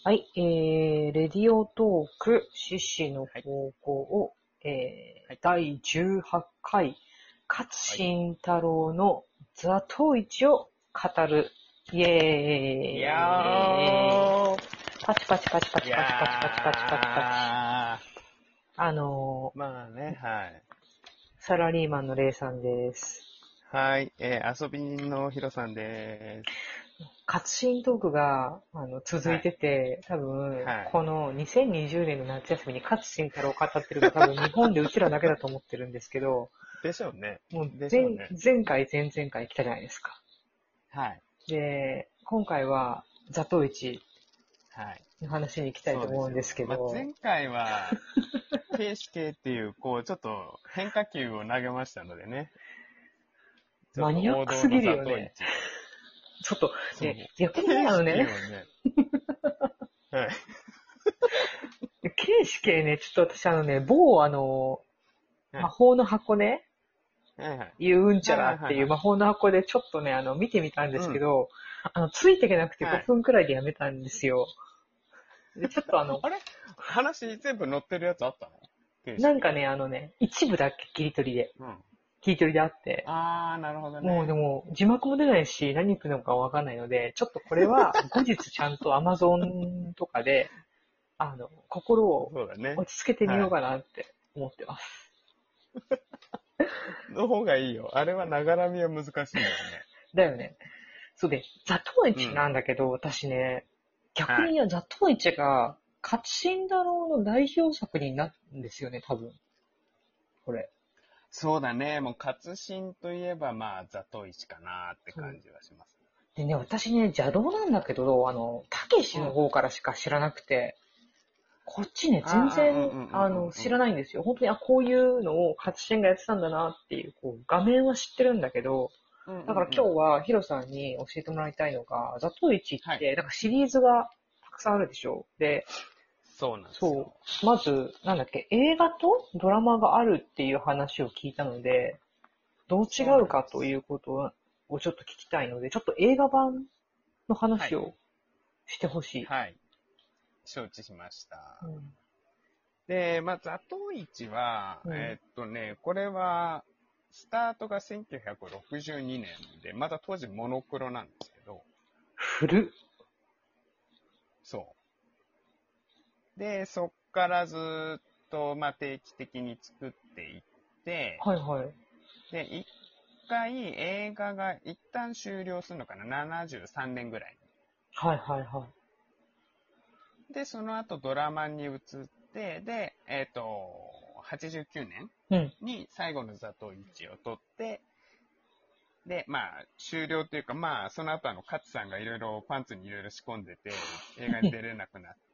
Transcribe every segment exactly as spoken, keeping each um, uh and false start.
はい、えー、レディオトーク、獅子のはい。 方向を、えー、 はい。 だいじゅうはちかい、勝はい。 新太郎のザトウイチを語る。イいエーイ。 やー。 パチパチパチパいチパチパチパチパチパチパチ。 やー。 あのまあね、はい。 ー、サラリーマンのレイさんです。 はい。えー、遊び人のヒロさんです。 勝新トークがあの続いはい。 てて、多分、 はい。 このにせんにじゅうねんの夏休みに勝新太郎を語ってるの多分日本でうちらだけだと思ってるんですけど、 でしょうね。 もう前、 でしょうね。 前回、前々回来たじゃないですか。 はい。 で、今回は、ザトウイチはい。 の話に行きたいそうと思うんですですよ。まあ、 けど、 前回は、形式系っていう、こう、ちょっと変化球を投げましたのでね。ちょっマとニアックすぎ王道のザるよね。 トウイチで。 ちょっと、ね、 そう。 逆にね、 形式あのね、 をね。はい。 ケイシ系ね、ちょっと私あのね、某あの、 はい。 魔法の箱ね、 はいはい。 いううんちゃはいらっていうはいはいはい。 魔法の箱でちょっとね、あの、見てみたんでうん。 すけど、あの、ついていけなくてはい。 ごふんくらいでやめたんですよ。で、ちょっとあの、 あれ話全部載ってるやつあったの形式。 なんかね、あのね、一部だけ切り取りで、 うん。 切り取りであって、 あー、なるほどね。 もうでも、字幕も出ないし、何言ってるのかわかんないので、ちょっとこれは後日ちゃんと Amazon とかで、あの、心をそうだね。 落ち着けてみようはい。 かなって思ってます。 の方がいいよ。あれはながらみは難しいもんね。 だよね。そうで、ザトウイチうん。 なんだけど、私ね、逆はい。 にザトウイチが、勝新太郎の代表作になるんですよね、多分。これ。 そうだね。もう、活心といえば、まあ、ザトウイチかなってそう。 感じはします。 でね、私ね、邪道なんだけど、あの、たけしうん。あの方からしか知らなくて、こっちね、全あ、うん然、 うんうんあの、知うんうん。 らないんですよ。本当に、あ、こういうのを勝新がやってたんだなっていう、こう、画面は知ってるんだけど、 うんうんだからうん。 今日はヒロさんに教えてもらいたいのが、ザトウイチはい。 って、なんかシリーズがたくさんあるでしょ。で、 そうなんですそよ。 う、まず、なんだっけ、映画とドラマがあるっていう話を聞いたので、どう違そうなうかといんです。 うことをちょっと聞きたいので、ちょっと映画版のはい。 話をしてほしい。 はい。承知しました。 うん。 で、まあ、ザトウイチは、 うん。 えーっとね、これは、スタートがせんきゅうひゃくろくじゅうにねんで、まだ当時モノクロなんですけど、 古っ。 そう。で、そっからずっと、まあ、定期的に作っていって、 はいはい。 で、一回映画が一旦終了するのかな？ ななじゅうさん 年ぐらいはいはいはに。で、その後ドラマに移って、で、えっと、はちじゅうきゅうねんい。うん。 に最後のザトウイチを撮って、で、まあ、終了というか、まあ、その後あの、勝さんがいろいろパンツにいろいろ仕込んでて、映画に出れなくなって、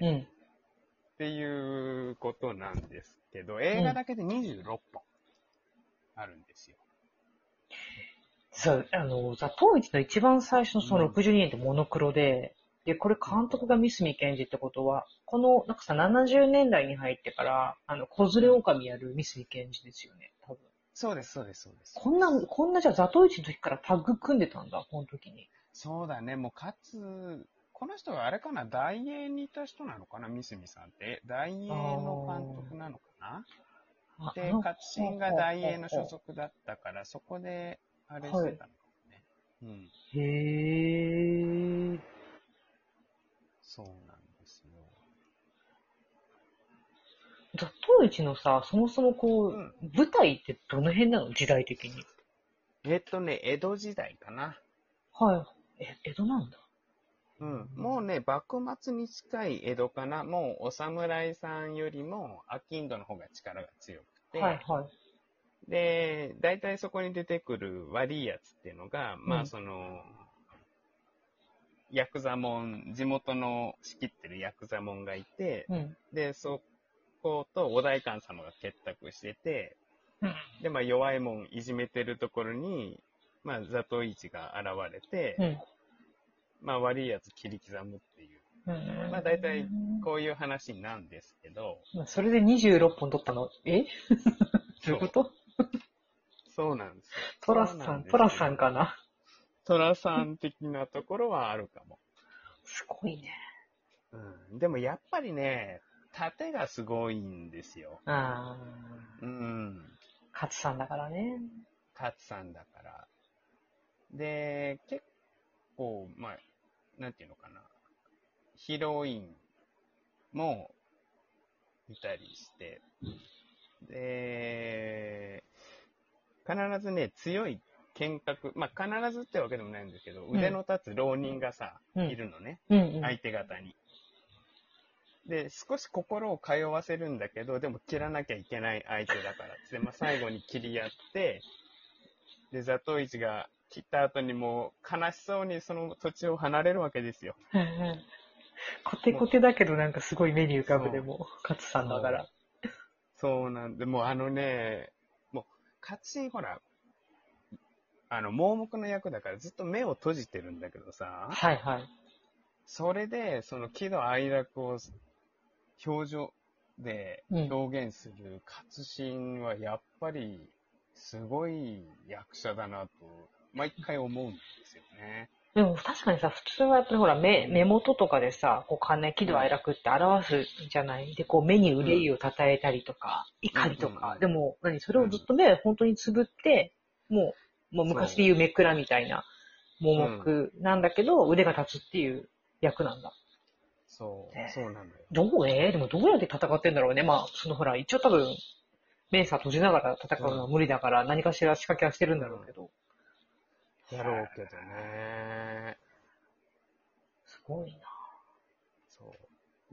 うん。 っていうことなんですけど、映うん。 画だけでにじゅうろっぽんあるんですよ。 そう、あの、ザ・トウイチの一番最初のそのうん。 ろくじゅうにねんってモノクロで、で、これうん。 監督が三角健二ってことは、この、なんかさ、ななじゅうねんだいに入ってから、あの、子連れうん。 狼やる三角健二ですよね、多分。 そうです、そうです、そうです、そうこんな、 です。 こんなじゃあザトウイチの時からタッグ組んでたんだ、この時に。 そうだね、もうかつ、この人はあれかな、大英にいた人なのかな、三角さんって。大あ英の監ー。 督なのかな。 あ、あで、 の、 勝ほう新がほう大英の所ほうほ属だったから、そこで、あれう。はい。 してたのかもね。うん。 へー。 そうなんですよ。 ザトウイチのさ、そもそもこう、 うん。 舞台ってどの辺なの時代的に。 えっとね、江戸時代かな。 はい。え、江戸なんだ。 うん。もうね、幕末に近い江戸かな。もうお侍さんよりも、商人の方が力が強くて、 はいはい。 で、大体そこに出てくる悪いやつっていうのが、まあうん。 その、ヤクザモン、地元の仕切ってるヤクザモンがいて、 うん。 で、そことお代官様が結託してて、 うん。 で、まあ弱いもんいじめてるところに、まあザトウイチが現れて、 うん。 まあ悪いやつ切り刻むっていう。 うまあ大体ん。 こういう話なんですけど、 まあ、それでにじゅうろっぽん取ったの。えどういうこそう。 と？ そうなんですよ。 トラそうなんさん、トラさんですけど、 かな？ トラさん的なところはあるかも。 すごいね。 うん。でもやっぱりね、盾がすごいんですよ。 あうん。 あ、勝さんだからね。 勝さんだから。で、結構、まあ、なんていうのかな。ヒロインもいたりして、で、必ずね、強い剣客、まあ、必ずってわけでもないんですけど、腕の立つ浪人がさ、 うんいるのね。 うんうん。 相手方に。で、少し心を通わせるんだけど、でも切らなきゃいけない相手だからって、まあ、最後に切り合って、で、ザトウイチが切った後にもう悲しそうにその土地を離れるわけですよ。 うんうん。コテコテだけどなんかすごい目に浮かぶでそうも、勝さんだから。 そうなんで、もうあのね、もう、勝新ほら、あの、盲目の役だからずっと目を閉じてるんだけどさ、 はいはい。 それで、その喜怒哀楽を表情でうん。 表現する勝新はやっぱりすごい役者だなと毎回思うんですよね。 でも確かにさ、普通はやっぱりほら目、目元とかでさ、こう金、喜怒哀楽って表すじゃない。で、こう目に憂いをたたえたりとか、怒りとか。でも、何それをずっと目を本当につぶって、もう、もう昔で言うめくらみたいな盲目なんだけど、腕が立つっていう役なんだ。 そう、 えーそうなのよ。 どうえーでもどうやって戦ってんだろうね。まあ、そのほら、一応多分、目さ閉じながら戦うのは無理だから、何かしら仕掛けはしてるんだろうけど。 やろうけどね。 すごいな。 そう。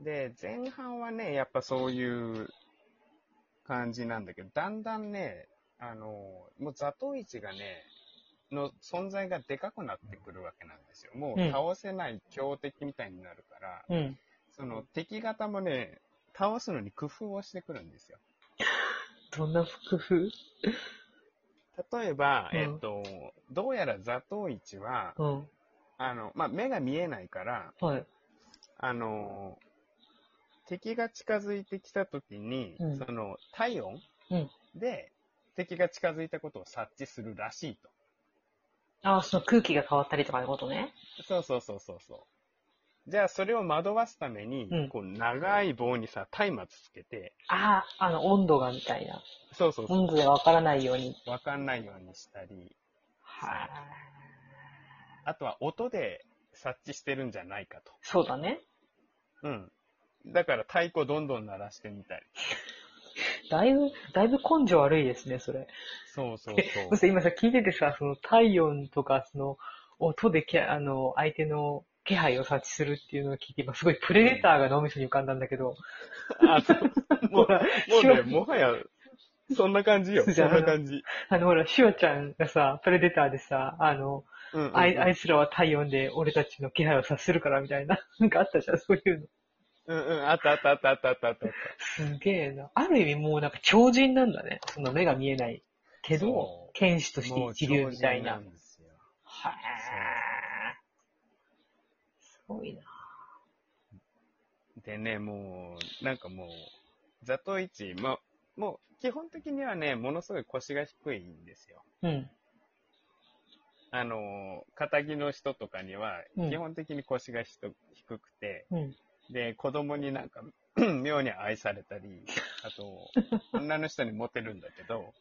で、前半はね、やっぱそういう感じなんだけど、だんだんね、あの、もうザトウイチがね、の存在がでかくなってくるわけなんですよ。もううん。 倒せない強敵みたいになるから、 うん。 その敵方もね、倒すのに工夫をしてくるんですよ。 どんな工夫？ 例えば、 うん。 えっと、どうやらザトウイチは、 うん。 あの、まあ、目が見えないから、 はい。 あの、敵が近づいてきたときに、 うんその体温うん。 で敵が近づいたことを察知するらしいと。 ああ、その空気が変わったりとかのことね。 そうそうそうそうそう。じゃあそれを惑わすために、 うん。 こう長い棒にさ、松明つけて、 ああ、あの、温度がみたいな。 そうそうそう温度でわからないように。 わかんないようにしたり、 はそうあとは音で察知してるんじゃないかと。 そうだね。 うん。だから太鼓どんどん鳴らしてみたり。 だいぶ、だいぶ根性悪いですね、それ。 そうそうそしそう。 て今さ、聞いててさ、その体温とか、その、音でけ、あの、相手の気配を察知するっていうのを聞いて、今すごいプレデターが脳みそに浮かんだんだけど、 あ、そう。もほら、 う、もうね、 シュワ、 もはや、そんな感じよ。 じゃあ、 そんあの、 な感じ。 あの、ほら、シュワちゃんがさ、プレデターでさ、あの、 うんうんあい、あいうん。 つらは体温で俺たちの気配を察するからみたいな、なんかあったじゃん、そういうの。 うんうん、あったあったあったあったあったあった。 すげえな。ある意味もうなんか超人なんだね。その目が見えないけど、 そ剣士とう。 してもう一流超みたいな。 人なんですよ。 はそぁすごいな。 う。でね、もう、なんかもう、ザトウイチ、ま、もう、基本的にはね、ものすごい腰が低いんですよ。 うん。 あの、仇の人とかには、 うん。 基本的に腰がひと低くて、 うん。 で、子供になんか、妙に愛されたり、あと、女の人にモテるんだけど、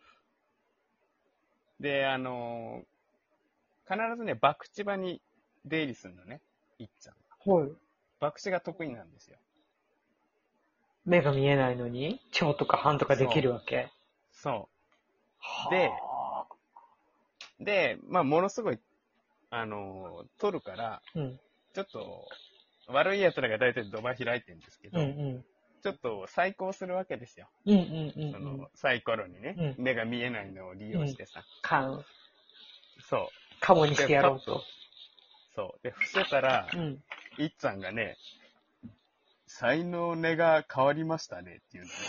で、あの、必ずね、博打場に出入りするのね、いっちゃん。 はい。 博打が得意なんですよ。 目が見えないのに、蝶とか半とかできるそう。 わけ。 そう。で、 はあ。 で、まあ、ものすごい、あの、取るから、 うん。 ちょっと、悪い奴らが大体ドバ開いてるんですけど、 うんうん。 ちょっと再興するわけですよ。 うんうんうんその、サイコロにね、 うん。 目が見えないのを利うん。うん。 用してさ。 勘。 そカモにう。で、 してやろうと。 パッと、そう。で、伏せたら、 うん。 いっつぁんがね、才能根が変わりましたねっていうのね。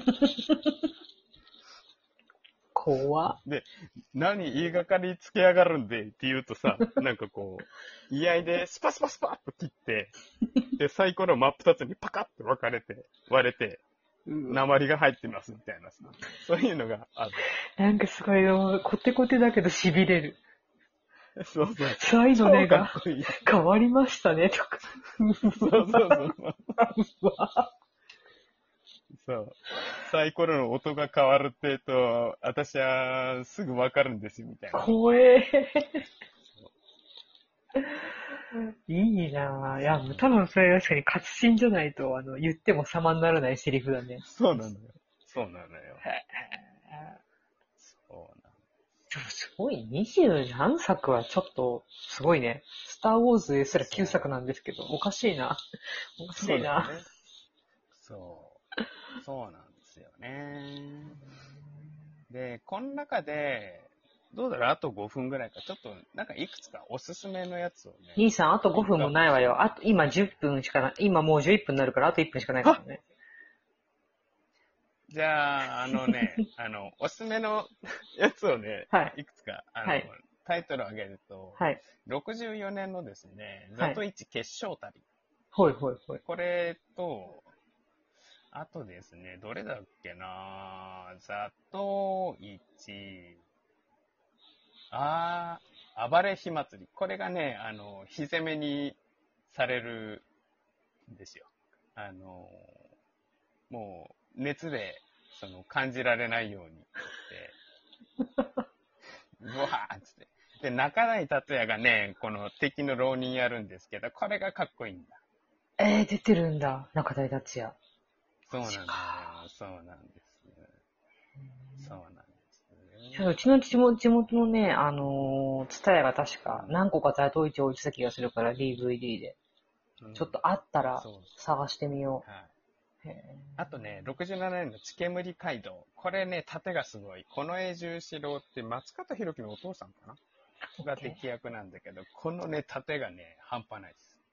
怖っ。 で、何言いがかりつけやがるんでって言うとさ、なんかこう、居合でスパスパスパッと切って、で、サイコロ真っ二つにパカッと分かれて、割れて、鉛が入ってますみたいなさ、そういうのがある。 なんかすごい、もうコテコテだけど痺れる。 そうそう。 サイの根が超かっこいい。 変わりましたね、とか。 そうそうそう。 うわそう。サイコロの音が変わるって言うと、私はすぐわかるんですよ、みたいな。 怖え。いいなぁ。いや、もう多分それ確かに活心じゃないと、あの、言っても様にならないセリフだね。 そうなのよ。そうなのよ。 へえ。 そうなの。 でもすごい、二十何作はちょっと、すごいね。スターウォーズですらきゅうさくなんですけど、おかしいな。おかしいな。 そうだよね。そう。そうなんですよね。で、この中で、どうだろう、あとごふんぐらいか、ちょっと、なんかいくつかおすすめのやつをね。 兄さん、あとごふんもないわよ。あと、今じゅっぷんしかない。今もうじゅういっぷんになるから、あといっぷんしかないからね。 じゃあ、あのね、あの、おすすめのやつをね、 はい。 いくつか、あの、 はいタイトルを挙げると、 はい。 ろくじゅうよねんのですね、 はいザトイチ決勝旅。 ほいほいほい。 これと、あとですね、どれだっけなザトイチ、あー、暴れ火祭り。これがね、あの、火攻めにされるんですよ。あの、もう、熱で、その、感じられないようにって、ブワーッつって。で、中台達也がね、この敵の浪人やるんですけど、これがかっこいいんだ。 えー、出てるんだ。中台達也。 そうなんだよマジか。。 そうなんです。そうなんです。 うちの地元地元のね、あのー、ツタヤが確かうん何個か在当一置いてた気がするから、ディーブイディー で。 うんちょっとあったらそう。 探してみよはい。 う。へあとね、ろくじゅうななねんの血煙街道。これね、盾がすごい。この永住四郎って松方弘樹のお父さんかなが敵役なんだけど、このね、盾がね、半端ないです。